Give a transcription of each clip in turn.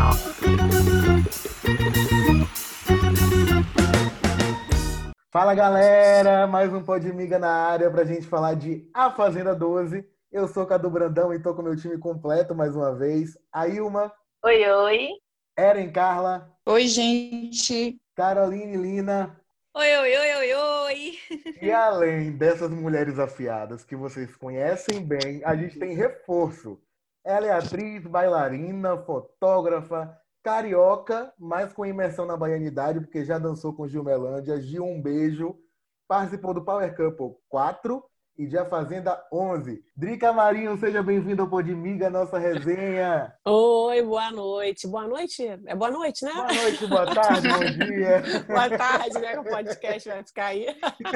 Fala galera, mais um Podmiga na área pra gente falar de A Fazenda 12. Eu sou Cadu Brandão e tô com meu time completo mais uma vez. A Ilma, Oi, oi. Eren Carla, Oi, gente. Caroline Lina. Oi, oi, oi, oi, oi. E além dessas mulheres afiadas que vocês conhecem bem, a gente tem reforço. Ela é atriz, bailarina, fotógrafa, carioca, mas com imersão na baianidade, porque já dançou com Gilmelândia. Gil, um beijo. Participou do Power Couple 4 e de A Fazenda 11. Drica Marinho, seja bem-vinda ao Podmiga, nossa resenha. Oi, boa noite. Boa noite? É boa noite, né? Boa noite, boa tarde, bom dia. Boa tarde, né? O podcast vai ficar aí.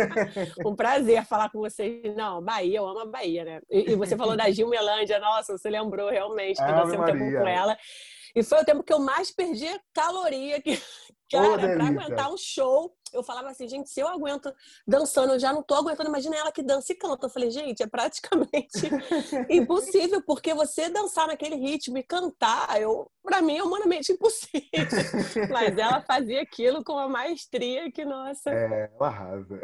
Um prazer falar com vocês. Não, Bahia, eu amo a Bahia, né? E você falou da Gilmelândia, nossa, você lembrou realmente que eu Ave dancei um tempo Maria. com ela. E foi o tempo que eu mais perdi caloria, que Ô, cara, pra delícia. aguentar um show. Eu falava assim, gente, se eu aguento dançando, eu já não tô aguentando. Imagina ela que dança e canta. Eu falei, gente, é praticamente impossível, porque você dançar naquele ritmo e cantar, pra mim é humanamente impossível. Mas ela fazia aquilo com uma maestria que, nossa. Ela arrasa.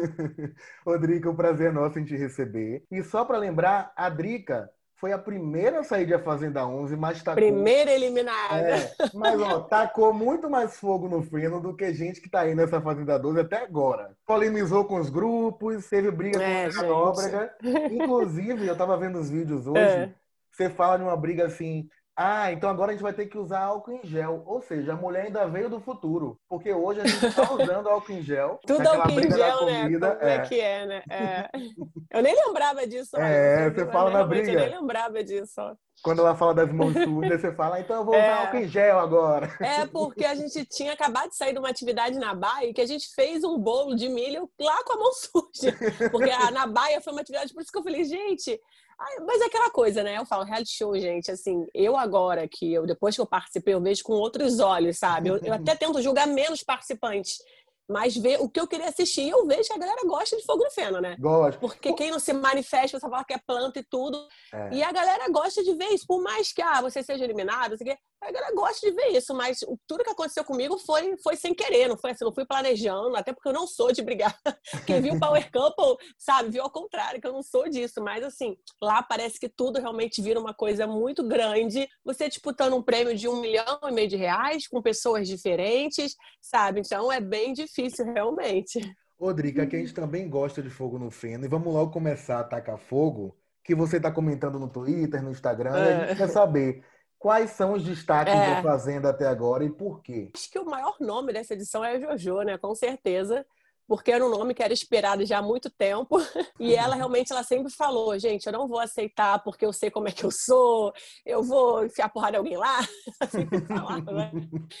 Ô, Drica, o prazer é nosso em te receber. E só pra lembrar, a Drica foi a primeira a sair de A Fazenda 11, mas tacou... Primeira eliminada. Mas, ó, tacou muito mais fogo no feno do que gente que tá aí nessa Fazenda 12 até agora. Polemizou com os grupos, teve briga com a gente. Nóbrega. Inclusive, eu tava vendo os vídeos hoje, É. você fala de uma briga assim... Ah, então agora a gente vai ter que usar álcool em gel. Ou seja, a mulher ainda veio do futuro. Porque hoje a gente tá usando álcool em gel. Tudo naquela álcool em briga da gel, né? comida. Como é que é, né? É. Eu nem lembrava disso. Olha, Você fala na realmente, briga. eu nem lembrava disso. Ó. Quando ela fala das mãos sujas, você fala, então eu vou usar álcool em gel agora. É porque a gente tinha acabado de sair de uma atividade na Baia que a gente fez um bolo de milho lá com a mão suja. Porque na Baia foi uma atividade, por isso que eu falei, gente... Mas é aquela coisa, né? Eu falo, reality show, gente, assim, eu agora, depois que eu participei, eu vejo com outros olhos, sabe? Eu até tento julgar menos participantes, mas ver o que eu queria assistir, eu vejo que a galera gosta de Fogo no Feno, né? Gosto. Porque quem não se manifesta, você fala que é planta e tudo. É. E a galera gosta de ver isso. Por mais que você seja eliminado, a galera gosta de ver isso. Mas tudo que aconteceu comigo foi sem querer. Não foi assim, não fui planejando. Até porque eu não sou de brigar. Quem viu o Power Couple, sabe, viu ao contrário, que eu não sou disso. Mas assim, lá parece que tudo realmente vira uma coisa muito grande. Você disputando um prêmio de R$ 1,5 milhão com pessoas diferentes, sabe? Então é bem difícil, realmente. Ô, Drica, que a gente também gosta de Fogo no Feno. E vamos logo começar a tacar fogo, que você está comentando no Twitter, no Instagram, e a gente quer saber quais são os destaques da Fazenda até agora e por quê. Acho que o maior nome dessa edição é a Jojo, né? Com certeza. Porque era um nome que era esperado já há muito tempo. E ela sempre falou, gente, eu não vou aceitar porque eu sei como é que eu sou, eu vou enfiar porrada em alguém lá. Ela sempre falava, né?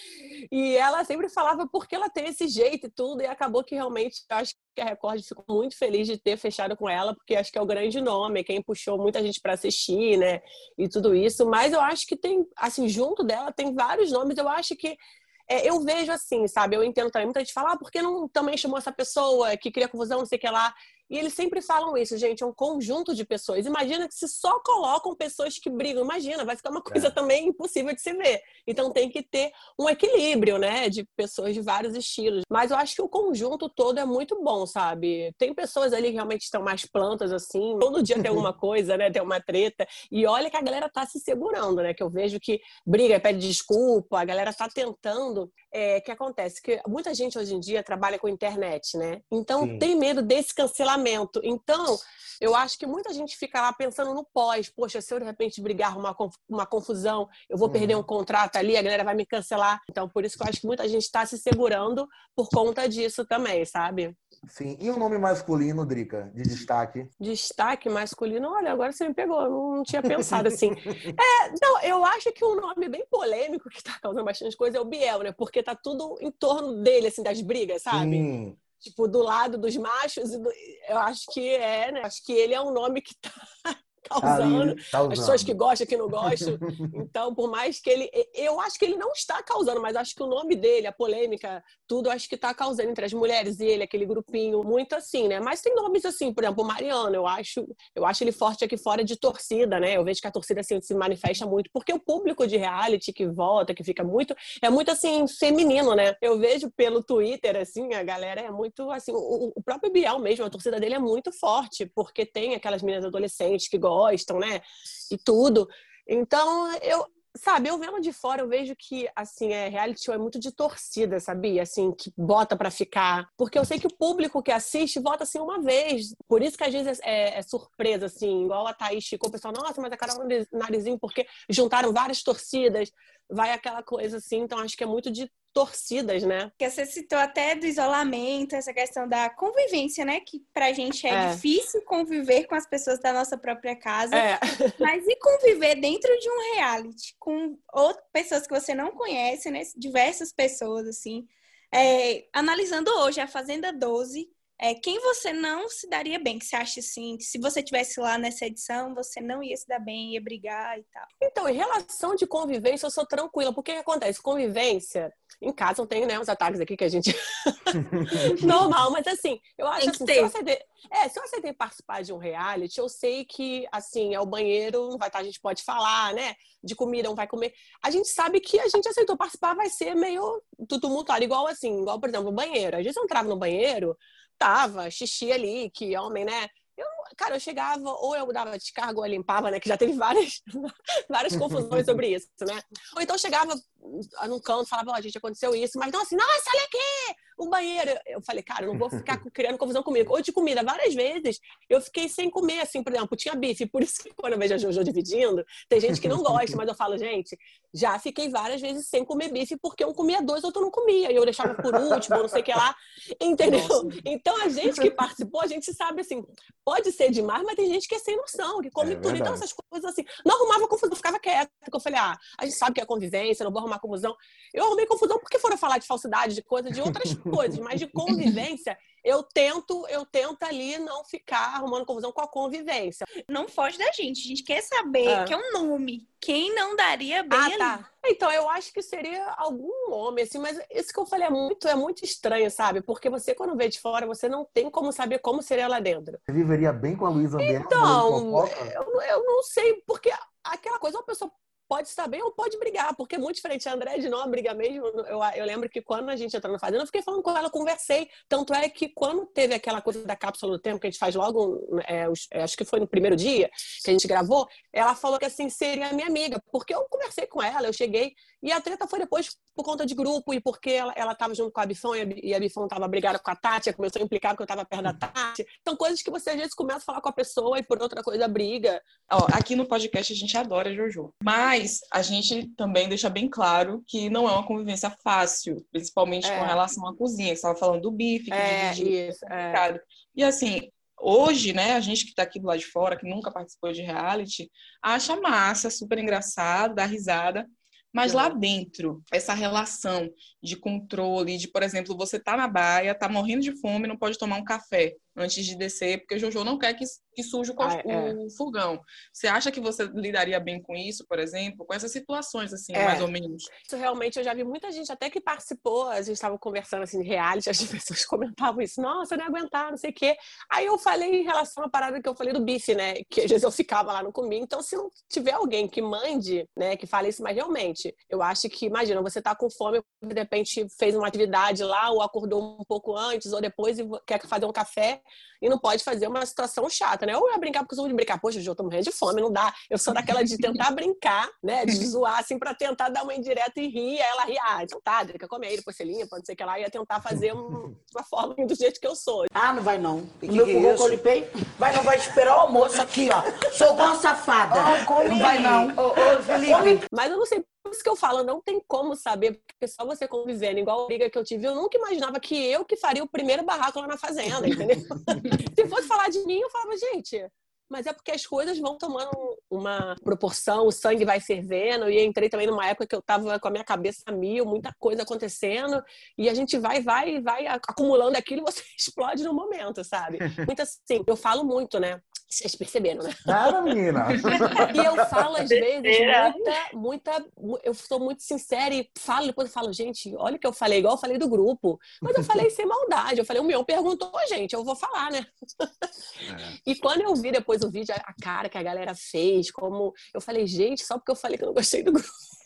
E ela sempre falava porque ela tem esse jeito e tudo, e acabou que realmente, eu acho que a Record ficou muito feliz de ter fechado com ela, porque acho que é o grande nome, quem puxou muita gente para assistir, né? E tudo isso. Mas eu acho que tem, assim, junto dela tem vários nomes, eu acho que eu vejo assim, sabe? Eu entendo também, muita gente fala, por que não também chamou essa pessoa que cria confusão, não sei o que lá? E eles sempre falam isso, gente, é um conjunto de pessoas. Imagina que se só colocam pessoas que brigam, imagina, vai ficar uma coisa também impossível de se ver. Então tem que ter um equilíbrio, né, de pessoas de vários estilos. Mas eu acho que o conjunto todo é muito bom, sabe? Tem pessoas ali que realmente estão mais plantas, assim, todo dia tem alguma coisa, né, tem uma treta. E olha que a galera tá se segurando, né, que eu vejo que briga, pede desculpa, a galera tá tentando. Que acontece? Que muita gente hoje em dia trabalha com internet, né? Então Sim. tem medo desse cancelamento. Então, eu acho que muita gente fica lá pensando no pós. Poxa, se eu de repente brigar uma confusão, eu vou perder um contrato ali, a galera vai me cancelar. Então, por isso que eu acho que muita gente está se segurando por conta disso também, sabe? Sim. E o nome masculino, Drica, de destaque? Destaque masculino, olha, agora você me pegou, eu não tinha pensado assim. Não, eu acho que um nome bem polêmico que tá causando bastante coisa é o Biel, né? Porque tá tudo em torno dele, assim, das brigas, sabe? Sim. Tipo, do lado dos machos, eu acho que né? Acho que ele é um nome que tá causando, causando. as pessoas que gostam, que não gostam. Então, por mais que ele... Eu acho que ele não está causando, mas acho que o nome dele, a polêmica, tudo, acho que está causando entre as mulheres e ele, aquele grupinho, muito assim, né? Mas tem nomes assim, por exemplo, o Mariano, eu acho ele forte aqui fora de torcida, né? Eu vejo que a torcida assim, se manifesta muito, porque o público de reality que vota, que fica muito, é muito assim, feminino, né? Eu vejo pelo Twitter, assim, a galera é muito, assim, o próprio Biel mesmo, a torcida dele é muito forte, porque tem aquelas meninas adolescentes que gostam, né? E tudo. Então, eu vendo de fora, eu vejo que, assim, reality show é muito de torcida, sabia? Assim, que bota pra ficar. Porque eu sei que o público que assiste vota, assim, uma vez. Por isso que, às vezes, é surpresa, assim. Igual a Thaís ficou, o pessoal, nossa, mas a Carol Narizinho, porque juntaram várias torcidas. Vai aquela coisa, assim. Então, acho que é muito de torcidas, né? Que você citou até do isolamento, essa questão da convivência, né? Que pra gente é difícil conviver com as pessoas da nossa própria casa. Mas e conviver dentro de um reality com outras pessoas que você não conhece, né? Diversas pessoas, assim. Analisando hoje a Fazenda 12, quem você não se daria bem? Que você acha assim, que se você estivesse lá nessa edição, você não ia se dar bem, ia brigar e tal? Então, em relação de convivência, eu sou tranquila. Porque o que acontece? Convivência, em casa não tem, né, os ataques aqui que a gente... Normal, mas assim, eu acho assim, se eu aceitei participar de um reality, eu sei que, assim, o banheiro não vai estar, a gente pode falar, né? De comida, não vai comer. A gente sabe que a gente aceitou participar, vai ser meio tumultuado. Igual, por exemplo, o banheiro. Às vezes eu entrava no banheiro, tava xixi ali, que homem, né? Eu chegava, ou eu dava descarga ou eu limpava, né? Que já teve várias confusões sobre isso, né? Ou então eu chegava num canto, falava, gente, aconteceu isso, mas não assim, nossa, olha aqui, o banheiro. Eu falei, cara, eu não vou ficar criando confusão comigo. Ou de comida, várias vezes eu fiquei sem comer, assim, por exemplo, tinha bife, por isso que quando eu vejo a Jojo dividindo, tem gente que não gosta, mas eu falo, gente, já fiquei várias vezes sem comer bife, porque um comia dois, outro não comia, e eu deixava por último, não sei o que lá, entendeu? Nossa. Então, a gente que participou, a gente sabe, assim, pode ser demais, mas tem gente que é sem noção, que come tudo. Então, essas coisas assim, não arrumava confusão, ficava quieta, porque eu falei, a gente sabe que é convivência, não vou arrumar confusão. Eu arrumei confusão porque foram falar de falsidade, de coisa, de outras coisas, mas de convivência, eu tento ali não ficar arrumando confusão com a convivência. Não foge da gente, a gente quer saber, que é um nome, quem não daria bem ali. Tá. Então, eu acho que seria algum homem, assim, mas isso que eu falei é muito estranho, sabe? Porque você, quando vê de fora, você não tem como saber como seria lá dentro. Você viveria bem com a Luísa Ambiel? Então, eu não sei, porque aquela coisa, uma pessoa pode estar bem ou pode brigar, porque é muito diferente. A Andréia de não briga mesmo. Eu lembro que quando a gente entrou na Fazenda, eu fiquei falando com ela, conversei. Tanto é que quando teve aquela coisa da cápsula do tempo, que a gente faz logo, acho que foi no primeiro dia que a gente gravou, ela falou que assim, seria minha amiga, porque eu conversei com ela, eu cheguei, e a treta foi depois por conta de grupo, e porque ela estava junto com a Bifão, e a Bifão estava brigada com a Tati, começou a implicar porque eu estava perto da Tati. São coisas que você às vezes começa a falar com a pessoa e por outra coisa briga. Aqui no podcast a gente adora a Jojo, mas a gente também deixa bem claro que não é uma convivência fácil, principalmente com relação à cozinha. Você estava falando do bife, que é complicado. E assim, hoje, né, a gente que está aqui do lado de fora, que nunca participou de reality, acha massa, super engraçado, dá risada. Mas lá dentro, essa relação de controle, de, por exemplo, você tá na baia, tá morrendo de fome, não pode tomar um café antes de descer, porque Jojo não quer que suje o fogão. Você acha que você lidaria bem com isso, por exemplo? Com essas situações, assim, mais ou menos? Isso realmente, eu já vi muita gente até que participou, a gente estava conversando, assim, de reality, as pessoas comentavam isso, nossa, eu não ia aguentar, não sei o quê. Aí eu falei em relação à parada que eu falei do bife, né, que às vezes eu ficava lá, não comia. Então, se não tiver alguém que mande, né, que fale isso, mas realmente, eu acho que, imagina, você tá com fome, de repente fez uma atividade lá, ou acordou um pouco antes, ou depois, e quer fazer um café, e não pode fazer uma situação chata, né? Ou eu ia brincar porque eu sou de brincar, poxa, eu tô morrendo de fome, não dá. Eu sou daquela de tentar brincar, né? De zoar, assim, pra tentar dar uma indireta e rir, aí ela ri, então tá, Drica, come aí, depois você limpa, não sei o que lá, ia tentar fazer uma forma do jeito que eu sou. Não vai não. O meu fogão que eu limpei, não vai esperar o almoço aqui, ó. Sou uma safada. Não vai não. Ô, Felipe. Mas eu não sei, por isso que eu falo, não tem como saber, porque só você convivendo, igual a briga que eu tive, eu nunca imaginava que eu que faria o primeiro barraco lá na Fazenda, entendeu? Se fosse falar de mim, eu falava, gente, mas é porque as coisas vão tomando uma proporção, o sangue vai fervendo, e entrei também numa época que eu tava com a minha cabeça a mil, muita coisa acontecendo, e a gente vai acumulando aquilo e você explode no momento, sabe? Muito assim, eu falo muito, né? Vocês perceberam, né? Nada, menina. E eu falo, às vezes, eu sou muito sincera e falo, depois eu falo, gente, olha o que eu falei, igual eu falei do grupo. Mas eu falei sem maldade. Eu falei, o meu perguntou, gente, eu vou falar, né? E quando eu vi depois o vídeo, a cara que a galera fez, como... Eu falei, gente, só porque eu falei que eu não gostei do grupo.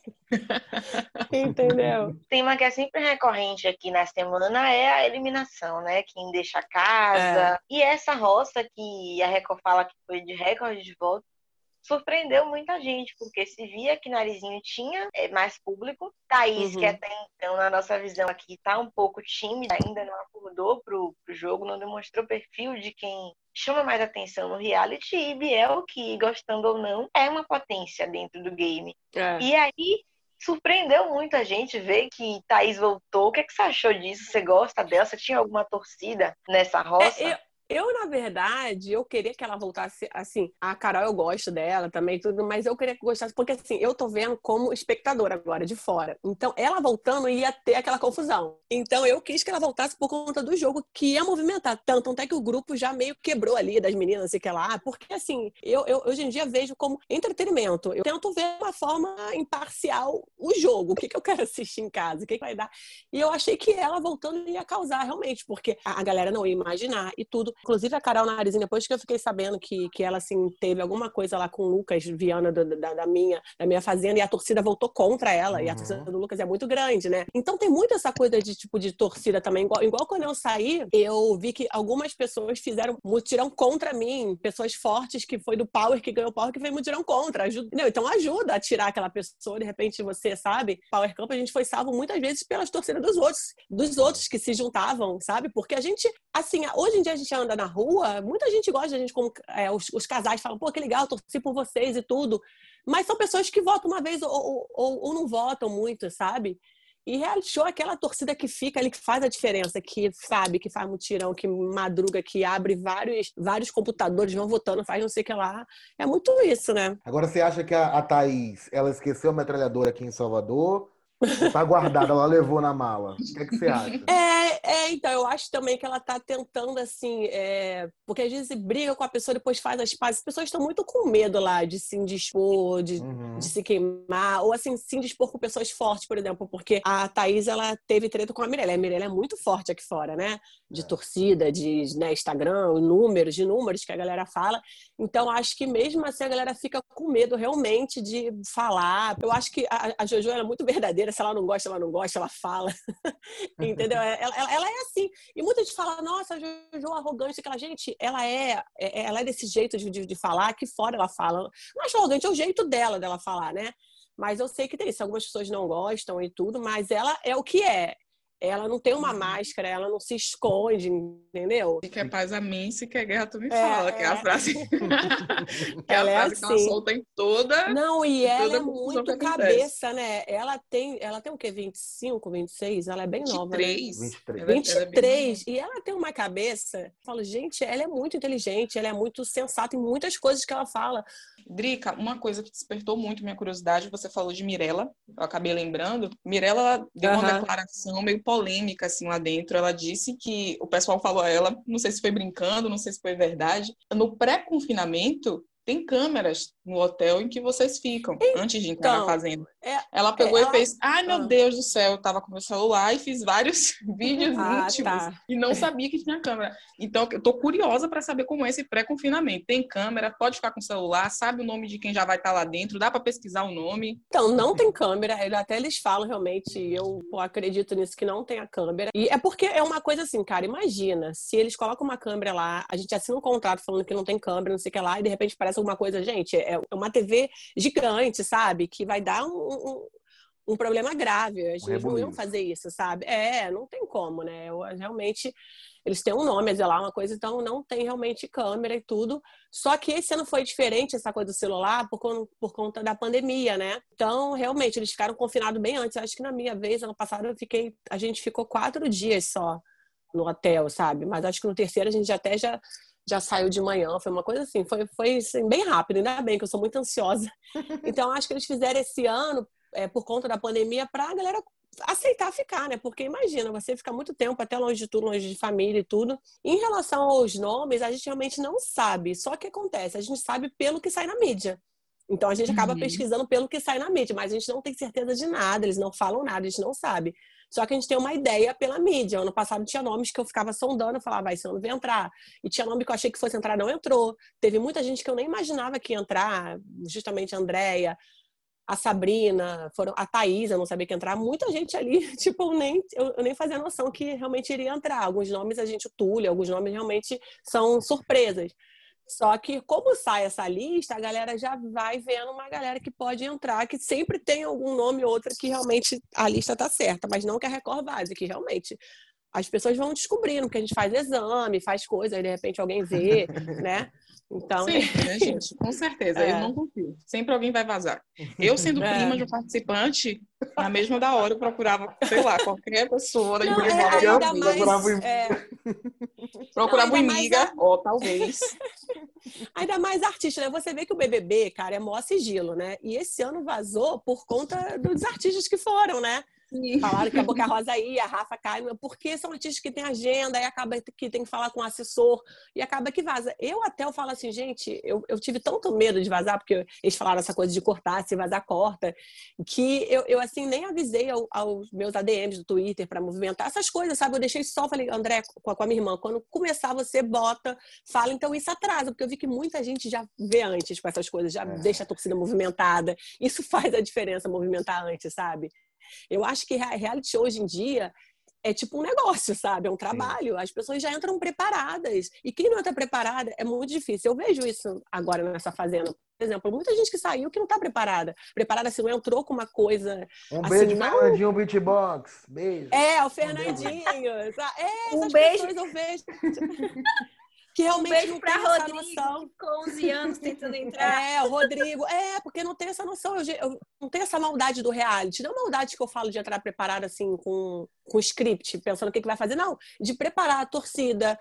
Entendeu? Tem uma que é sempre recorrente aqui na semana, é a eliminação, né? Quem deixa a casa. E essa roça que a Record fala que foi de recorde de votos, surpreendeu muita gente, porque se via que Narizinho tinha mais público. Thaís, que até então, na nossa visão aqui, tá um pouco tímida, ainda não acordou pro jogo, não demonstrou perfil de quem chama mais atenção no reality, e Biel, que, gostando ou não, é uma potência dentro do game. E aí, surpreendeu muito a gente ver que Thaís voltou. O que você achou disso? Você gosta dela? Você tinha alguma torcida nessa roça? Eu, na verdade, eu queria que ela voltasse, assim, a Carol eu gosto dela também, tudo, mas eu queria que gostasse, porque assim, eu tô vendo como espectadora agora, de fora. Então, ela voltando ia ter aquela confusão. Então, eu quis que ela voltasse por conta do jogo, que ia movimentar tanto, até que o grupo já meio quebrou ali, das meninas, sei que lá, porque assim, eu hoje em dia vejo como entretenimento. Eu tento ver de uma forma imparcial o jogo, o que eu quero assistir em casa, o que vai dar. E eu achei que ela voltando ia causar, realmente, porque a galera não ia imaginar e tudo. Inclusive a Carol Narizinho, depois que eu fiquei sabendo que ela, assim, teve alguma coisa lá com o Lucas Viana da minha fazenda, e a torcida voltou contra ela, e a torcida do Lucas é muito grande, né? Então tem muito essa coisa de tipo de torcida também. Igual quando eu saí, eu vi que algumas pessoas fizeram mutirão contra mim, pessoas fortes que foi do Power, que ganhou o Power, que fez mutirão contra. Então ajuda a tirar aquela pessoa, de repente você, sabe? Power Camp, a gente foi salvo muitas vezes pelas torcidas dos outros que se juntavam, sabe? Porque a gente, assim, hoje em dia a gente anda na rua, muita gente gosta da gente, como os casais falam, pô, que legal, torci por vocês e tudo. Mas são pessoas que votam uma vez ou não votam muito, sabe? E reality show é aquela torcida que fica ali, que faz a diferença, que sabe, que faz mutirão, que madruga, que abre vários computadores, vão votando, faz não sei o que lá. É muito isso, né? Agora, você acha que a Thaís, ela esqueceu a metralhadora aqui em Salvador? Ou tá guardada, ela levou na mala? O que você acha? Então, eu acho também que ela tá tentando, assim, porque às vezes briga com a pessoa, depois faz as pazes. As pessoas estão muito com medo lá de se indispor, de se queimar, ou assim, se indispor com pessoas fortes, por exemplo, porque a Thaís, ela teve treta com a Mirella. A Mirella é muito forte aqui fora, né? De torcida, de Instagram, números que a galera fala. Então, acho que mesmo assim a galera fica com medo realmente de falar. Eu acho que a Jojo ela é muito verdadeira. Se ela não gosta, ela fala. Entendeu? Ela é assim. E muita gente fala, nossa, a Jojo é arrogante. Aquela gente, ela é desse jeito de falar, que fora ela fala. Não acho arrogante, é o jeito dela falar, né? Mas eu sei que tem isso. Algumas pessoas não gostam e tudo, mas ela é o que é. Ela não tem uma máscara, ela não se esconde, entendeu? Se quer paz a mim, se quer guerra, tu me fala. Que é a frase, que ela é a frase assim. Que ela solta em toda. Não, e ela é muito cabeça, né? Ela tem o quê? 25, 26? Ela é bem nova. 23. Né? 23. E ela tem uma cabeça. Eu falo, gente, ela é muito inteligente, ela é muito sensata em muitas coisas que ela fala. Drica, uma coisa que despertou muito minha curiosidade, você falou de Mirella, eu acabei lembrando. Mirella deu uma declaração meio polêmica, assim, lá dentro. Ela disse que o pessoal falou a ela, não sei se foi brincando, não sei se foi verdade, no pré-confinamento tem câmeras no hotel em que vocês ficam, antes de entrar na fazenda. Ela pegou e fez, meu Deus do céu, eu tava com meu celular e fiz vários vídeos íntimos e não sabia que tinha câmera. Então, eu tô curiosa para saber como é esse pré-confinamento. Tem câmera, pode ficar com o celular, sabe o nome de quem já vai estar lá dentro, dá para pesquisar o nome? Então, não tem câmera, até eles falam realmente, eu acredito nisso, que não tem a câmera. E é porque é uma coisa assim, cara, imagina, se eles colocam uma câmera lá, a gente assina um contrato falando que não tem câmera, não sei o que lá, e de repente parece alguma coisa, gente, é uma TV gigante, sabe? Que vai dar um problema grave. Eles não iam fazer isso, sabe? Não tem como, né? Realmente, eles têm um nome, lá, uma coisa, então não tem realmente câmera e tudo. Só que esse ano foi diferente, essa coisa do celular, por conta da pandemia, né? Então, realmente, eles ficaram confinados bem antes. Acho que na minha vez, ano passado, a gente ficou 4 dias só no hotel, sabe? Mas acho que no terceiro a gente já saiu de manhã, foi uma coisa assim, foi assim, bem rápido, ainda bem que eu sou muito ansiosa. Então, acho que eles fizeram esse ano, por conta da pandemia, pra galera aceitar ficar, né? Porque imagina, você fica muito tempo até longe de tudo, longe de família e tudo. Em relação aos nomes, a gente realmente não sabe. Só que acontece, a gente sabe pelo que sai na mídia. Então a gente acaba pesquisando pelo que sai na mídia, mas a gente não tem certeza de nada, eles não falam nada, a gente não sabe. Só que a gente tem uma ideia pela mídia. Ano passado tinha nomes que eu ficava sondando, eu falava, esse ano vai entrar. E tinha nome que eu achei que fosse entrar, não entrou. Teve muita gente que eu nem imaginava que ia entrar, justamente a Andréia, a Sabrina, a Thaís, eu não sabia que ia entrar. Muita gente ali, tipo, eu nem fazia noção que realmente iria entrar. Alguns nomes a gente, o Túlio, alguns nomes realmente são surpresas. Só que como sai essa lista, a galera já vai vendo uma galera que pode entrar, que sempre tem algum nome ou outro que realmente a lista tá certa, mas não que a Record vaze, que realmente as pessoas vão descobrindo, porque a gente faz exame, faz coisas, de repente alguém vê, né? Então, sempre, né, gente? Com certeza, eu não confio. Sempre alguém vai vazar. Eu, sendo prima de um participante, na mesma da hora eu procurava, sei lá, qualquer pessoa da empresa. Procurava inimiga, talvez. Ainda mais artista, né? Você vê que o BBB, cara, é maior sigilo, né? E esse ano vazou por conta dos artistas que foram, né? Sim. Falaram que a Boca Rosa ia, a Rafa cai, porque são artistas que têm agenda, aí acaba que tem que falar com o assessor, e acaba que vaza. Eu falo assim, gente, eu tive tanto medo de vazar, porque eles falaram essa coisa de cortar, se vazar, corta, que eu assim, nem avisei aos meus ADMs do Twitter para movimentar essas coisas, sabe? Eu deixei só, falei, André, com a minha irmã, quando começar você bota, fala, então isso atrasa, porque eu vi que muita gente já vê antes com essas coisas, já deixa a torcida movimentada. Isso faz a diferença, movimentar antes, sabe? Eu acho que reality show hoje em dia é tipo um negócio, sabe? É um trabalho. Sim. As pessoas já entram preparadas. E quem não entra preparada é muito difícil. Eu vejo isso agora nessa Fazenda. Por exemplo, muita gente que saiu que não tá preparada. Preparada se não entrou com uma coisa... Beijo, não... Fernandinho Beatbox. Beijo. O Fernandinho. Essas beijo. Pessoas eu vejo... que realmente não tem essa noção. Com 11 anos tentando entrar. O Rodrigo. Porque não tem essa noção. Eu não tenho essa maldade do reality. Não é maldade que eu falo de entrar preparada assim, com script, pensando o que vai fazer. Não, de preparar a torcida,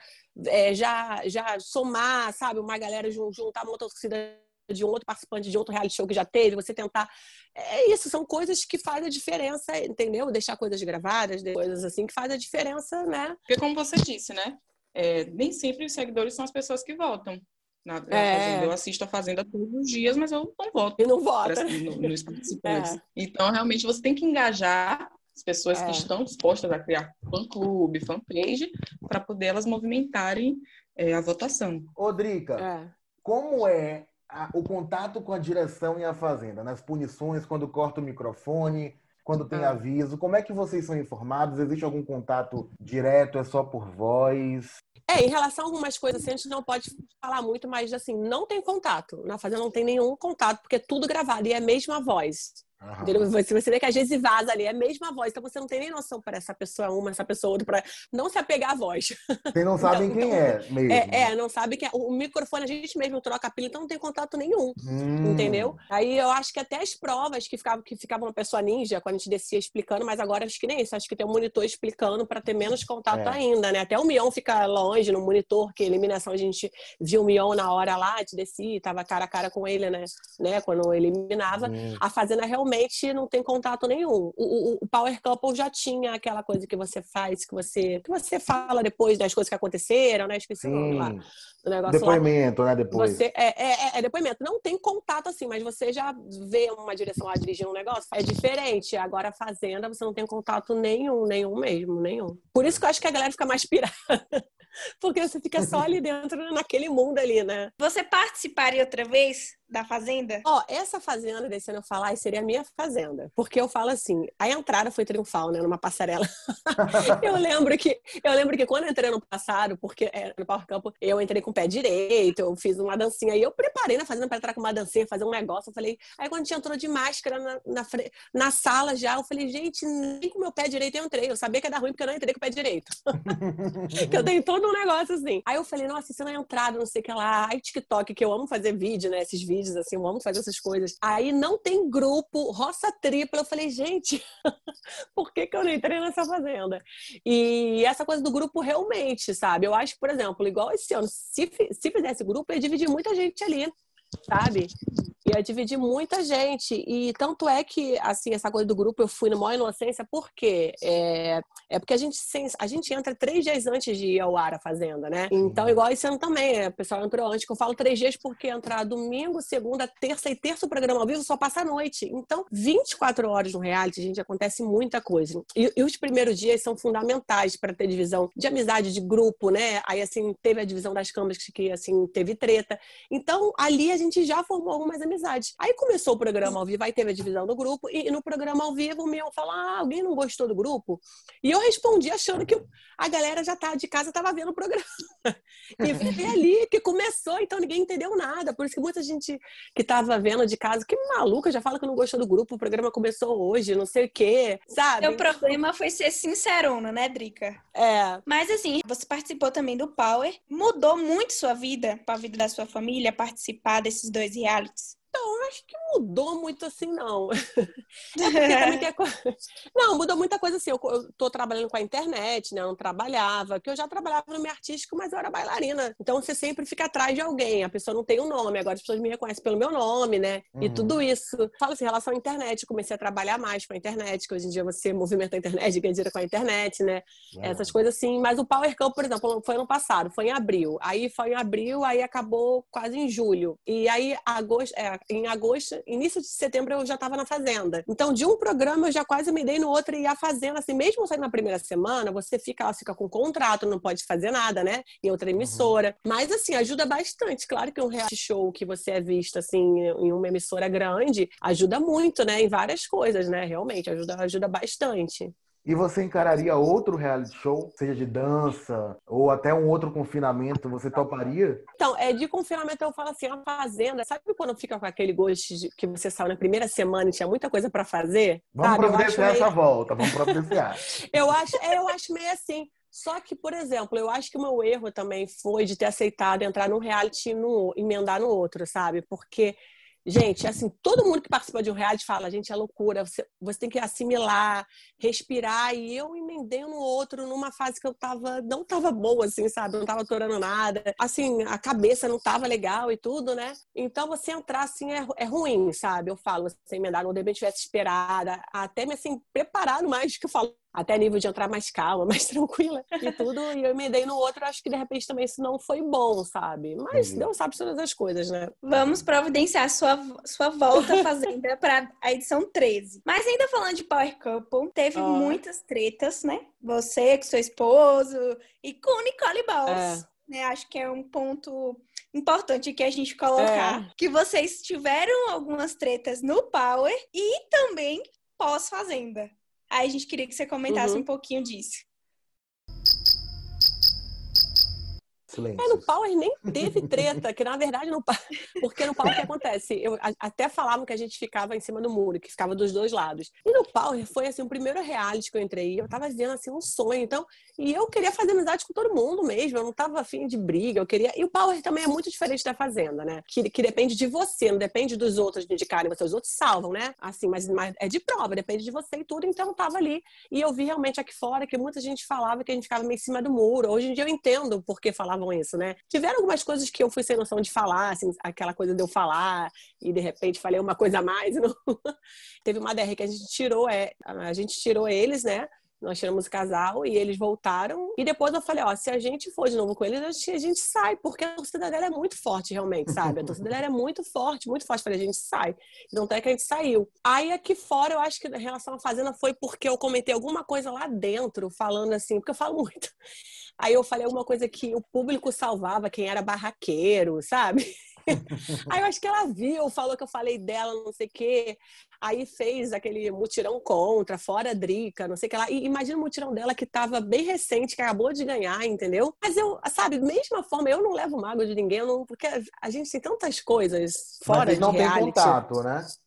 já somar, sabe? Uma galera, juntar uma torcida de um outro participante de outro reality show que já teve, você tentar... isso, são coisas que fazem a diferença, entendeu? Deixar coisas gravadas, coisas assim, que fazem a diferença, né? Porque como você disse, né? Nem sempre os seguidores são as pessoas que votam na Fazenda. Eu assisto a Fazenda todos os dias, mas eu não voto. E não vota. Nos participantes. Então, realmente, você tem que engajar as pessoas que estão dispostas a criar fã-clube, fanpage, para poder elas movimentarem a votação. Ô, Drica, como é o contato com a direção e a Fazenda? Nas punições, quando corta o microfone... Quando tem aviso, como é que vocês são informados? Existe algum contato direto? É só por voz? Em relação a algumas coisas assim, a gente não pode falar muito, mas assim, não tem contato. Na Fazenda não tem nenhum contato, porque é tudo gravado e é a mesma voz. Você vê que às vezes vaza ali, é a mesma voz, então você não tem nem noção para essa pessoa uma, essa pessoa outra, para não se apegar à voz. Vocês não sabem quem é mesmo. Não sabe quem é. O microfone a gente mesmo troca a pilha, então não tem contato nenhum, entendeu? Aí eu acho que até as provas que ficava uma pessoa ninja, quando a gente descia explicando, mas agora acho que nem isso, acho que tem um monitor explicando para ter menos contato ainda, né? Até o Mion fica longe no monitor, que eliminação a gente viu o Mion na hora lá, te descia, tava cara a cara com ele, né? Quando eliminava. A Fazenda realmente não tem contato nenhum. O Power Couple já tinha aquela coisa que você faz, que você fala depois das coisas que aconteceram, né? Esqueci o nome lá. O negócio depoimento, lá. Né? Depois. Depoimento. Não tem contato assim, mas você já vê uma direção lá dirigindo um negócio. É diferente. Agora, a Fazenda, você não tem contato nenhum mesmo, nenhum. Por isso que eu acho que a galera fica mais pirada. Porque você fica só ali dentro, naquele mundo ali, né? Você participaria outra vez da Fazenda? Essa Fazenda, desse ano eu falar, seria a minha Fazenda. Porque eu falo assim, a entrada foi triunfal, né? Numa passarela. eu lembro que quando eu entrei no passado, porque no Power Campo, eu entrei com o pé direito, eu fiz uma dancinha, e eu preparei na Fazenda pra entrar com uma dancinha, fazer um negócio, eu falei... Aí quando a gente entrou de máscara na sala já, eu falei, gente, nem com o meu pé direito eu entrei. Eu sabia que ia dar ruim porque eu não entrei com o pé direito. Que eu tenho todo um negócio assim. Aí eu falei, nossa, isso não é entrada, não sei o que lá. Aí TikTok, que eu amo fazer vídeo, né? Esses vídeos assim, eu amo fazer essas coisas. Aí não tem grupo, roça tripla. Eu falei, gente, por que eu não entrei nessa Fazenda? E essa coisa do grupo realmente, sabe? Eu acho, por exemplo, igual esse ano, se fizesse grupo, ia dividir muita gente ali, sabe? Ia dividir muita gente. E tanto é que, assim, essa coisa do grupo, eu fui na maior inocência, por quê? É porque a gente entra 3 dias antes de ir ao ar a Fazenda, né? Então, igual esse ano também, o pessoal entrou antes, que eu falo 3 dias porque entrar domingo, segunda, terça e terça o programa ao vivo só passa à noite. Então, 24 horas no reality, gente, acontece muita coisa. E os primeiros dias são fundamentais para ter divisão de amizade, de grupo, né? Aí, assim, teve a divisão das câmeras que assim, teve treta. Então, ali a gente já formou algumas amizades. Aí começou o programa ao vivo, aí teve a divisão do grupo, e no programa ao vivo o meu falou, alguém não gostou do grupo? E eu respondi achando que a galera já de casa estava vendo o programa. E foi ali que começou, então ninguém entendeu nada. Por isso que muita gente que estava vendo de casa, que maluca, já fala que não gostou do grupo, o programa começou hoje, não sei o quê, sabe? O problema foi ser sincerona, né, Drica? Mas assim, você participou também do Power, mudou muito sua vida, a vida da sua família, participar desses 2 realities? Então, eu acho que mudou muito assim, não. Não, mudou muita coisa assim. Eu tô trabalhando com a internet, né? Eu não trabalhava, que eu já trabalhava no meio artístico, mas eu era bailarina. Então, você sempre fica atrás de alguém. A pessoa não tem um nome. Agora as pessoas me reconhecem pelo meu nome, né? E tudo isso. Falo assim, em relação à internet. Eu comecei a trabalhar mais com a internet, que hoje em dia você movimenta a internet, ganha dinheiro com a internet, né? Essas coisas assim. Mas o Power Cup, por exemplo, foi ano passado, foi em abril. Aí foi em abril, aí acabou quase em julho. E aí, em agosto, início de setembro, eu já estava na Fazenda. Então, de um programa, eu já quase me dei no outro e a Fazenda, assim, mesmo saindo na primeira semana, você fica com contrato, não pode fazer nada, né? Em outra emissora. Mas, assim, ajuda bastante. Claro que um reality show que você é visto, assim, em uma emissora grande, ajuda muito, né? Em várias coisas, né? Realmente, ajuda bastante. E você encararia outro reality show, seja de dança ou até um outro confinamento, você toparia? Então, de confinamento eu falo assim, a Fazenda, sabe quando fica com aquele gosto de que você saiu na primeira semana e tinha muita coisa pra fazer? Vamos providenciar essa volta, vamos providenciar. eu acho meio assim. Só que, por exemplo, eu acho que o meu erro também foi de ter aceitado entrar num reality e emendar no outro, sabe? Porque... Gente, assim, todo mundo que participa de um reality fala, gente, é loucura, você tem que assimilar, respirar, e eu emendei no outro numa fase que eu não tava boa, assim, sabe? Não tava atorando nada, assim, a cabeça não tava legal e tudo, né? Então, você entrar, assim, é ruim, sabe? Eu falo, você emendar, não de repente tivesse esperada, até me, assim, preparado mais do que eu falo. Até nível de entrar mais calma, mais tranquila e tudo. E eu emendei no outro, acho que de repente também isso não foi bom, sabe? Mas Deus sabe todas as coisas, né? Vamos providenciar sua volta à Fazenda para a edição 13. Mas ainda falando de Power Couple, teve muitas tretas, né? Você com seu esposo e com Nicole Balls. Né? Acho que é um ponto importante que a gente colocar. Que vocês tiveram algumas tretas no Power e também pós-Fazenda. Aí a gente queria que você comentasse um pouquinho disso. No Power nem teve treta, que na verdade porque no Power o que acontece? Até falavam que a gente ficava em cima do muro, que ficava dos 2 lados. E no Power foi assim, o primeiro reality que eu entrei, eu tava vendo assim um sonho, então, e eu queria fazer amizade com todo mundo mesmo, eu não tava afim de briga, eu queria. E o Power também é muito diferente da Fazenda, né? Que depende de você, não depende dos outros indicarem você, os outros salvam, né? Assim, mas é de prova, depende de você e tudo, então eu tava ali. E eu vi realmente aqui fora que muita gente falava que a gente ficava meio em cima do muro. Hoje em dia eu entendo por que falavam isso, né? Tiveram algumas coisas que eu fui sem noção de falar, assim, aquela coisa de eu falar e de repente falei uma coisa a mais. Não... Teve uma DR que a gente tirou eles, né? Nós tiramos o casal e eles voltaram. E depois eu falei, se a gente for de novo com eles, a gente sai, porque a torcida dela é muito forte, realmente, sabe? A torcida dela é muito forte, muito forte. Falei, a gente sai. Então até que a gente saiu. Aí aqui fora, eu acho que em relação à Fazenda foi porque eu comentei alguma coisa lá dentro, falando assim, porque eu falo muito. Aí eu falei alguma coisa que o público salvava quem era barraqueiro, sabe? Aí eu acho que ela viu, falou que eu falei dela, não sei o quê. Aí fez aquele mutirão contra, fora a Drica, não sei o que lá. E imagina o mutirão dela que tava bem recente, que acabou de ganhar, entendeu? Mas eu, sabe, da mesma forma, eu não levo mágoa de ninguém, porque a gente tem tantas coisas fora de reality. Mas não tem contato, né?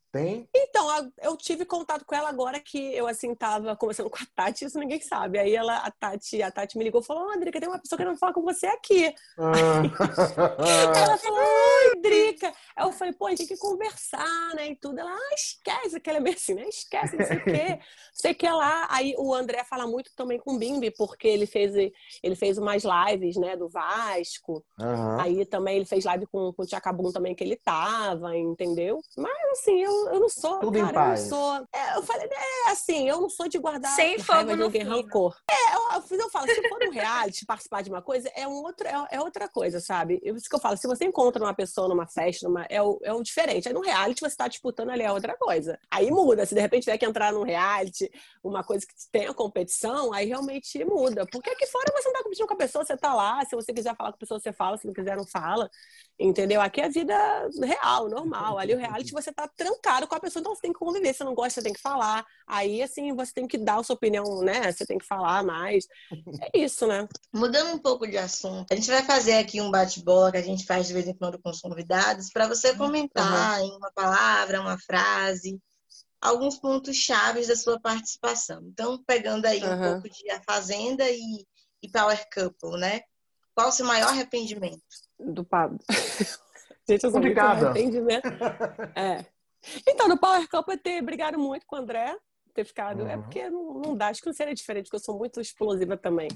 Tem? Então, eu tive contato com ela agora que eu, assim, tava conversando com a Tati, isso ninguém sabe. Aí a Tati me ligou e falou, Drica, tem uma pessoa querendo falar com você aqui. Aí ela falou, oi, Drica. Aí eu falei, pô, a gente tem que conversar, né, e tudo. Ela, esquece, aquela é bem assim, né, esquece, não sei o quê, sei que lá. Aí o André fala muito também com o Bimbi, porque ele fez umas lives, né, do Vasco. Aí também ele fez live com o Tchacabum também, que ele tava, entendeu? Mas, assim, eu não sou, tudo cara, em paz. eu não sou... eu falei, assim, eu não sou de guardar sem raiva de alguém, fino. rancor. Eu falo, se for um reality, participar de uma coisa, é outra coisa, sabe? Isso que eu falo, se você encontra uma pessoa numa festa, é o diferente. Aí no reality você tá disputando ali, é outra coisa. Aí muda, se de repente tiver que entrar num reality, uma coisa que tenha competição, aí realmente muda. Porque aqui fora você não tá competindo com a pessoa, você tá lá, se você quiser falar com a pessoa, você fala, se não quiser, não fala. Entendeu? Aqui é vida real, normal. Ali o reality você tá trancado com a pessoa, então você tem que conviver. Se não gosta, você tem que falar. Aí, assim, você tem que dar a sua opinião, né? Você tem que falar mais. É isso, né? Mudando um pouco de assunto, a gente vai fazer aqui um bate-bola que a gente faz de vez em quando com os convidados, para você comentar em uma palavra, uma frase, alguns pontos chaves da sua participação. Então, pegando aí um pouco de A Fazenda e Power Couple, né? Qual o seu maior arrependimento? Do Pablo. Gente, eu sou muito arrependimento. Então, no Power Couple é ter brigado muito com o André, ter ficado... É porque não dá, acho que não seria diferente, porque eu sou muito explosiva também.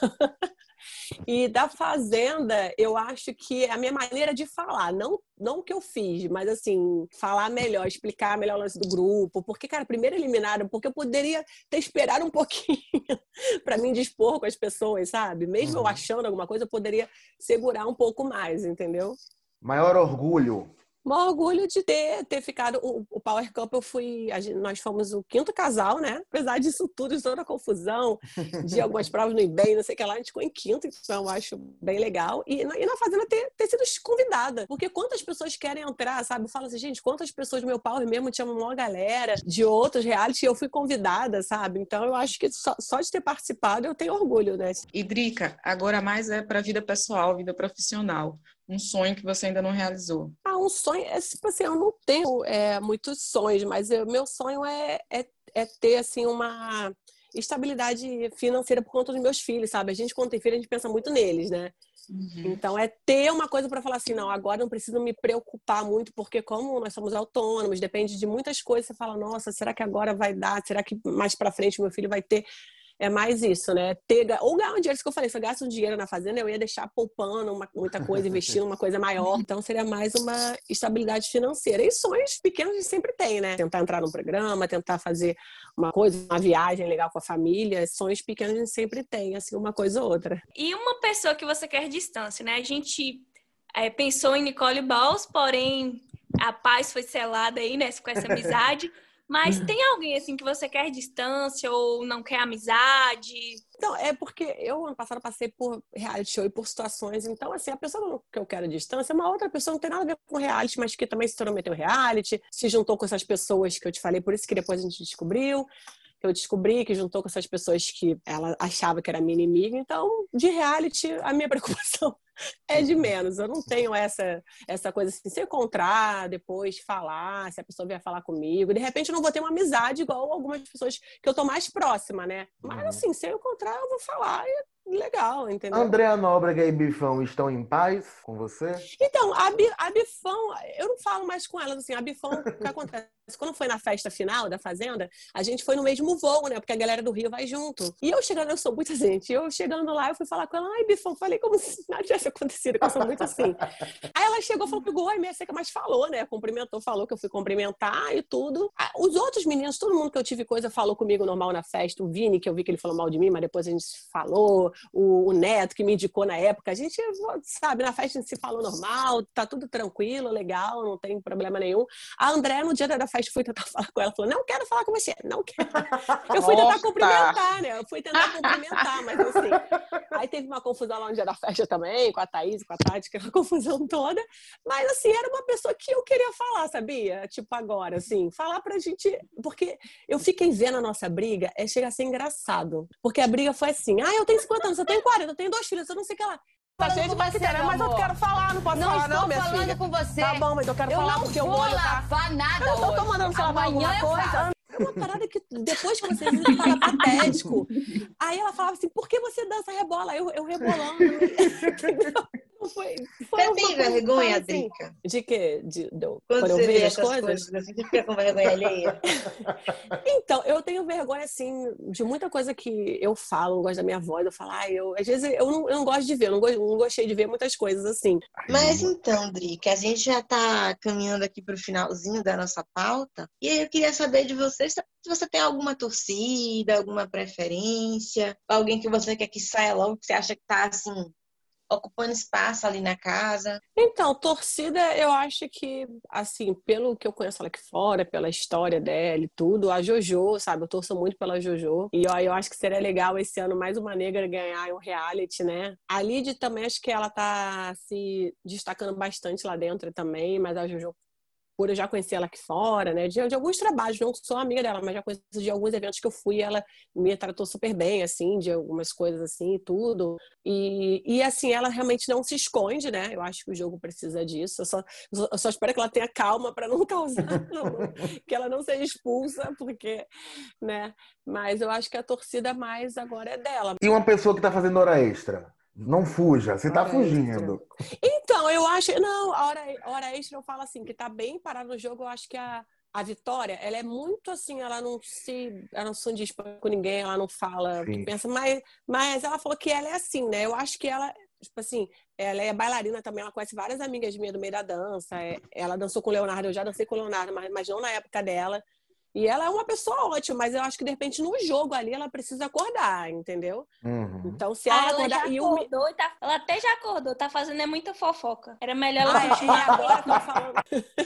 E da Fazenda, eu acho que é a minha maneira de falar, não o que eu fiz, mas assim, falar melhor, explicar melhor o lance do grupo, porque, cara, primeiro eliminaram, porque eu poderia ter esperado um pouquinho pra me dispor com as pessoas, sabe? Mesmo eu achando alguma coisa, eu poderia segurar um pouco mais, entendeu? Maior orgulho? Maior orgulho de ter ficado. O Power Couple, nós fomos o 5º casal, né? Apesar disso tudo, de toda a confusão, de algumas provas no eBay, não sei o que lá, a gente ficou em 5º, então eu acho bem legal. E na Fazenda ter sido convidada. Porque quantas pessoas querem entrar, sabe? Eu falo assim, gente, quantas pessoas do meu Power mesmo tinham uma galera de outros reality e eu fui convidada, sabe? Então eu acho que só de ter participado eu tenho orgulho, né? E Drica, agora mais é pra vida pessoal, vida profissional. Um sonho que você ainda não realizou? Um sonho, tipo assim, eu não tenho muitos sonhos, mas meu sonho é ter, assim, uma estabilidade financeira por conta dos meus filhos, sabe? A gente, quando tem filho, a gente pensa muito neles, né? Então, é ter uma coisa para falar assim, não, agora não preciso me preocupar muito, porque como nós somos autônomos, depende de muitas coisas, você fala, nossa, será que agora vai dar? Será que mais para frente meu filho vai ter? É mais isso, né? Ou ganhar um dinheiro, isso que eu falei, se eu gasto um dinheiro na Fazenda, eu ia deixar poupando muita coisa, investindo uma coisa maior. Então, seria mais uma estabilidade financeira. E sonhos pequenos a gente sempre tem, né? Tentar entrar num programa, tentar fazer uma coisa, uma viagem legal com a família. Sonhos pequenos a gente sempre tem, assim, uma coisa ou outra. E uma pessoa que você quer distância, né? A gente pensou em Nicole Balls, porém a paz foi selada aí, né? Com essa amizade. Mas tem alguém, assim, que você quer distância ou não quer amizade? Então, é porque eu, ano passado, passei por reality show e por situações. Então, assim, a pessoa que eu quero distância é uma outra pessoa, não tem nada a ver com reality, mas que também se tornou meteu reality, se juntou com essas pessoas que eu te falei, por isso que depois a gente descobriu. Eu descobri que juntou com essas pessoas que ela achava que era minha inimiga. Então, de reality, a minha preocupação é de menos. Eu não tenho essa coisa assim, se encontrar, depois falar, se a pessoa vier falar comigo. De repente, eu não vou ter uma amizade igual algumas pessoas que eu tô mais próxima, né? Mas, assim, se eu encontrar, eu vou falar. Legal, entendeu? Andréa Nóbrega e Bifão estão em paz com você? Então, a Bifão, eu não falo mais com elas, assim, a Bifão, o que acontece? Quando foi na festa final da Fazenda, a gente foi no mesmo voo, né? Porque a galera do Rio vai junto. E eu sou muita gente, eu chegando lá, eu fui falar com ela, ai, Bifão, falei como se nada tivesse acontecido, que eu sou muito assim. Aí ela chegou e falou comigo, oi, minha seca, mas falou, né? Cumprimentou, falou que eu fui cumprimentar e tudo. Os outros meninos, todo mundo que eu tive coisa, falou comigo normal na festa. O Vini, que eu vi que ele falou mal de mim, mas depois a gente falou. O Neto, que me indicou na época, a gente, sabe, na festa a gente se falou normal, tá tudo tranquilo, legal, não tem problema nenhum. A Andréa, no dia da festa, fui tentar falar com ela, falou, não quero falar com você, não quero. Eu fui tentar cumprimentar, né? Eu fui tentar cumprimentar, mas assim, aí teve uma confusão lá no dia da festa também, com a Thaís, com a Tati, que era uma confusão toda, mas assim, era uma pessoa que eu queria falar, sabia? Tipo, agora, assim, falar pra gente, porque eu fiquei vendo a nossa briga, chega a ser engraçado, porque a briga foi assim, eu tenho 50 anos, eu tenho 40, eu tenho 2 filhos, eu não sei o que lá. Tá cheio de bactéria, mas eu quero falar, não posso falar não, minha filha. Não estou falando com você. Tá bom, mas eu quero falar porque o olho tá... Eu não vou lavar nada hoje. Eu tô mandando você lavar alguma coisa. É uma parada que depois que você viu, fala patético. Aí ela falava assim, por que você dança rebola? Eu rebolando. Você tem vergonha, assim, Drica? De quê? Quando eu vejo as coisas, você fica com vergonha alheia? Então, eu tenho vergonha, assim, de muita coisa que eu falo, não gosto da minha voz, eu falo, às vezes eu não gosto de ver, eu não gostei de ver muitas coisas assim. Mas então, Drica, a gente já tá caminhando aqui pro finalzinho da nossa pauta, e aí eu queria saber de você se você tem alguma torcida, alguma preferência, alguém que você quer que saia logo, que você acha que tá, assim, ocupando espaço ali na casa. Então, torcida, eu acho que, assim, pelo que eu conheço ela aqui fora, pela história dela e tudo, a JoJo, sabe? Eu torço muito pela JoJo. E eu acho que seria legal esse ano mais uma negra ganhar um reality, né? A Lid também, acho que ela tá se destacando bastante lá dentro também, mas a JoJo, por eu já conhecer ela aqui fora, né? De alguns trabalhos, não sou amiga dela, mas já conheço de alguns eventos que eu fui, ela me tratou super bem, assim, de algumas coisas assim e tudo. E assim, ela realmente não se esconde, né? Eu acho que o jogo precisa disso. Eu só espero que ela tenha calma para não causar, que ela não seja expulsa, porque, né? Mas eu acho que a torcida mais agora é dela. E uma pessoa que tá fazendo hora extra? Não fuja, você tá fugindo. Então, eu acho... Não, a hora extra eu falo assim, que tá bem parado no jogo, eu acho que a Vitória, ela é muito assim, ela não se indispõe com ninguém, ela não fala o que pensa, mas ela falou que ela é assim, né? Eu acho que ela, tipo assim, ela é bailarina também, ela conhece várias amigas minhas do meio da dança, ela dançou com o Leonardo, eu já dancei com o Leonardo, mas não na época dela. E ela é uma pessoa ótima, mas eu acho que de repente no jogo ali ela precisa acordar, entendeu? Uhum. Então se ela acordar... Ela até já acordou, tá fazendo muita fofoca. Era melhor ela fugir. Agora que eu tô falando.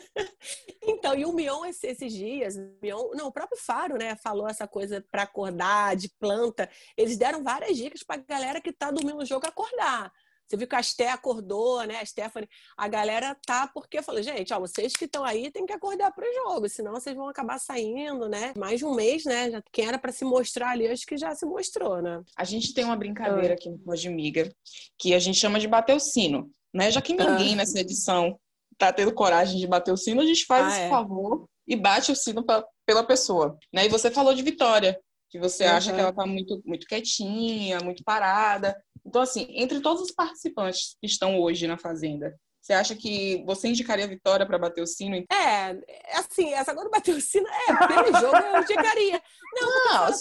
Então, e o Mion esses dias, o próprio Faro, né, falou essa coisa pra acordar, de planta. Eles deram várias dicas pra galera que tá dormindo no jogo acordar. Você viu que a Sté acordou, né? A Stephanie, a galera tá, porque eu falei, gente, ó, vocês que estão aí tem que acordar pro jogo, senão vocês vão acabar saindo, né? Mais de um mês, né? Já, quem era pra se mostrar ali, acho que já se mostrou, né? A gente tem uma brincadeira aqui no Pode Miga, que a gente chama de bater o sino, né? Já que ninguém nessa edição tá tendo coragem de bater o sino, a gente faz esse favor e bate o sino pela pessoa, né? E você falou de Vitória, que você acha que ela tá muito, muito quietinha, muito parada. Então, assim, entre todos os participantes que estão hoje na Fazenda, você acha que você indicaria a Vitória para bater o sino? Assim, essa agora bater o sino, pelo jogo eu indicaria. Não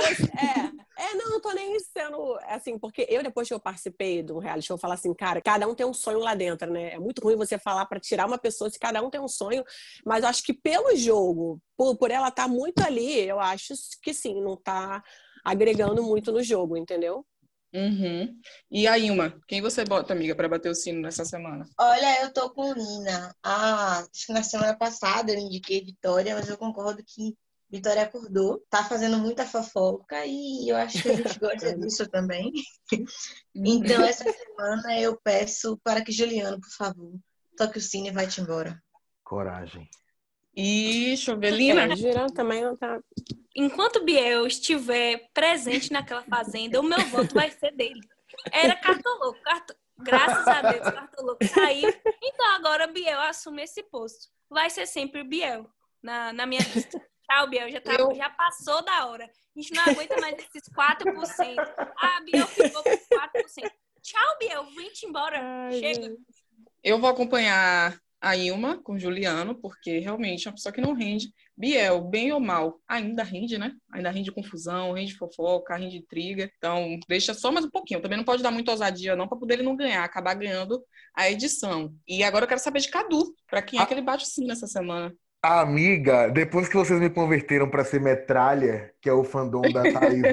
não tô nem sendo, assim, porque depois que eu participei do reality show, eu falo assim, cara, cada um tem um sonho lá dentro, né? É muito ruim você falar para tirar uma pessoa se cada um tem um sonho, mas eu acho que pelo jogo, por ela estar muito ali, eu acho que sim, não tá agregando muito no jogo, entendeu? Uhum. E a Ilma, quem você bota, amiga, para bater o sino nessa semana? Olha, eu tô com Lina. Acho que na semana passada eu indiquei Vitória, mas eu concordo que Vitória acordou, tá fazendo muita fofoca e eu acho que a gente gosta disso também. Então, essa semana eu peço para que Juliano, por favor, toque o sino e vai-te embora. Coragem. E Chovelina? Juliano também não tá... Enquanto Biel estiver presente naquela fazenda, o meu voto vai ser dele. Era Cartoloco. Graças a Deus, Cartoloco saiu. Então agora Biel assume esse posto. Vai ser sempre o Biel na minha lista. Tá, o Biel já passou da hora. A gente não aguenta mais esses 4%. Biel ficou com 4%. Tchau, Biel. Vem-te embora. Chega. Eu vou acompanhar a Ilma com o Juliano, porque realmente é uma pessoa que não rende. Biel, bem ou mal, ainda rende, né? Ainda rende confusão, rende fofoca, rende intriga. Então, deixa só mais um pouquinho. Também não pode dar muita ousadia, não, para poder ele não ganhar, acabar ganhando a edição. E agora eu quero saber de Cadu, para quem é que ele bate sim nessa semana. Amiga, depois que vocês me converteram para ser Metralha, que é o fandom da Thaís,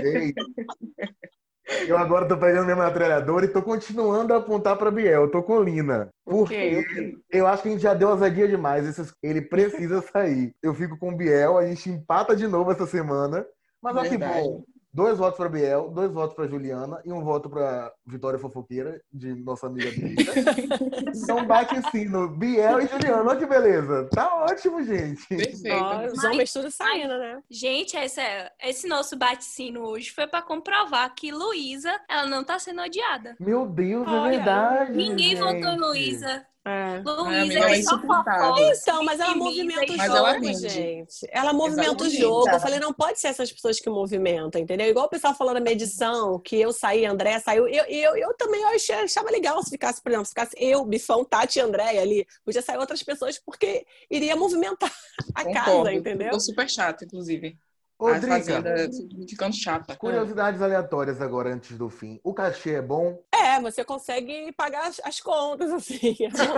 eu agora tô pegando minha metralhadora e tô continuando a apontar pra Biel. Eu tô com Lina. Porque eu acho que a gente já deu ousadia demais. Ele precisa sair. Eu fico com o Biel, a gente empata de novo essa semana. Mas olha que bom. 2 votos para Biel, 2 votos para Juliana e 1 voto para Vitória Fofoqueira, de nossa amiga Brita. Então bate sim no Biel e Juliana. Olha que beleza. Tá ótimo, gente. Perfeito. Os homens tudo saindo, né? Gente, esse nosso bate-sino hoje foi pra comprovar que Luísa, ela não tá sendo odiada. Meu Deus, é verdade. Ninguém gente. votou em Luísa. Luísa ela é só fofoca. Então, mas ela movimenta o Mas jogo, ela vende. gente. Ela movimenta o jogo. Eu falei, não pode ser essas pessoas que movimentam, entendeu? Igual o pessoal falou na minha edição, que eu saí, a Andréia saiu. Eu também achava legal se ficasse, por exemplo, se ficasse eu, Bifão, Tati e Andréia ali. Podia sair outras pessoas porque iria movimentar a casa, entendeu? Ficou super chato, inclusive. Ô, A Drica, fazenda ficando chata. curiosidades aleatórias agora, antes do fim. O cachê é bom? Você consegue pagar as contas, assim.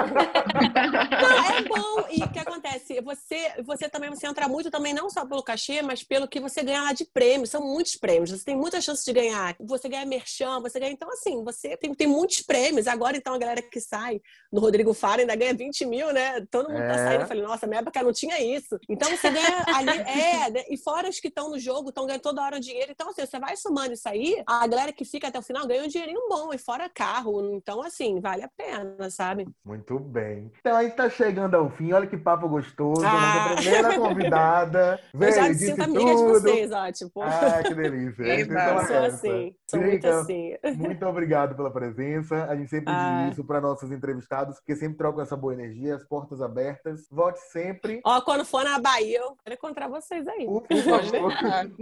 Não, é bom. E o que acontece? Você também, você entra muito também, não só pelo cachê, mas pelo que você ganha lá de prêmios. São muitos prêmios. Você tem muita chance de ganhar. Você ganha merchan, você ganha... Então, assim, você tem muitos prêmios. Agora, então, a galera que sai no Rodrigo Faro ainda ganha 20 mil, né? Todo mundo tá saindo. Eu falei, nossa, na época não tinha isso. Então, você ganha ali... né? E fora os que estão no jogo, estão ganhando toda hora dinheiro. Então, assim, você vai somando isso aí, a galera que fica até o final ganha um dinheirinho bom. E fora carro. Então, assim, vale a pena, sabe? Muito bem. Então, a gente tá chegando ao fim. Olha que papo gostoso. Nossa primeira convidada. Eu já me sinto amiga de vocês, ó. Tipo... que delícia. Sou muito assim. Muito obrigado pela presença. A gente sempre diz isso para nossos entrevistados, porque sempre trocam essa boa energia, as portas abertas. Volte sempre. Ó, quando for na Bahia, eu quero encontrar vocês aí. Por favor.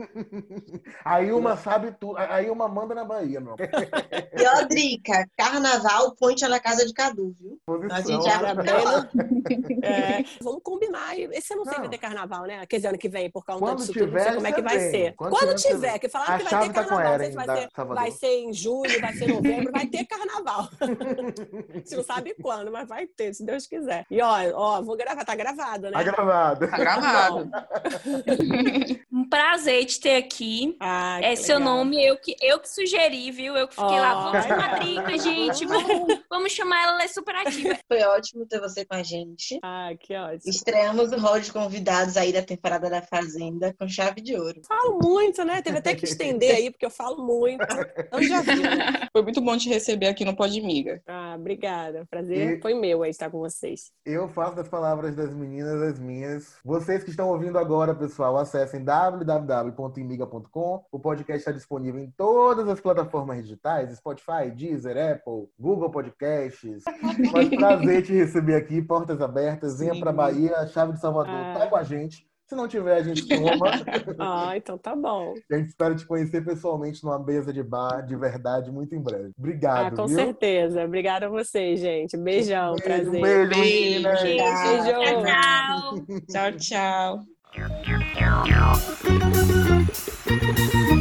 Aí uma sabe tudo. Aí uma manda na Bahia, meu. E ó, Drica, carnaval, ponte na casa de Cadu, viu? A gente já... Vamos combinar. Esse ano não sei vai ter carnaval, né? Quer dizer, ano que vem, por causa quando disso tiver, tudo, não sei como é que vai ser. Quando tiver, que falaram que vai ter carnaval. Não sei se vai ser em julho, vai ser em novembro, vai ter carnaval. A gente não sabe quando, mas vai ter, se Deus quiser. E ó, vou gravar, tá gravado, né? Tá gravado. Tá gravado. Um prazer te ter aqui. É seu nome, eu que sugeri, viu? Eu que fiquei lá, vamos chamar a Drica, gente, vamos chamar ela super ativa. Foi ótimo ter você com a gente. Que ótimo. Estreamos o hall de convidados aí da temporada da Fazenda com chave de ouro. Falo muito, né? Teve até que estender aí, porque eu falo muito. Eu já vi, né? Foi muito bom te receber aqui no Podmiga. Obrigada. Prazer foi meu aí estar com vocês. Eu faço das palavras das meninas as minhas. Vocês que estão ouvindo agora, pessoal, acessem www.imiga.com. O podcast está disponível em todas as plataformas digitais, Spotify, Deezer, Apple, Google Podcasts. Foi um prazer te receber aqui, portas abertas. Venha para Bahia, a Chave de Salvador tá com a gente. Se não tiver, a gente toma. Então tá bom. A gente espera te conhecer pessoalmente numa mesa de bar, de verdade, muito em breve. Obrigado, com viu? certeza. Obrigada a vocês, gente. Beijão, prazer. Beijo, meninas. Beijo. Tchau, tchau. Tchau, tchau.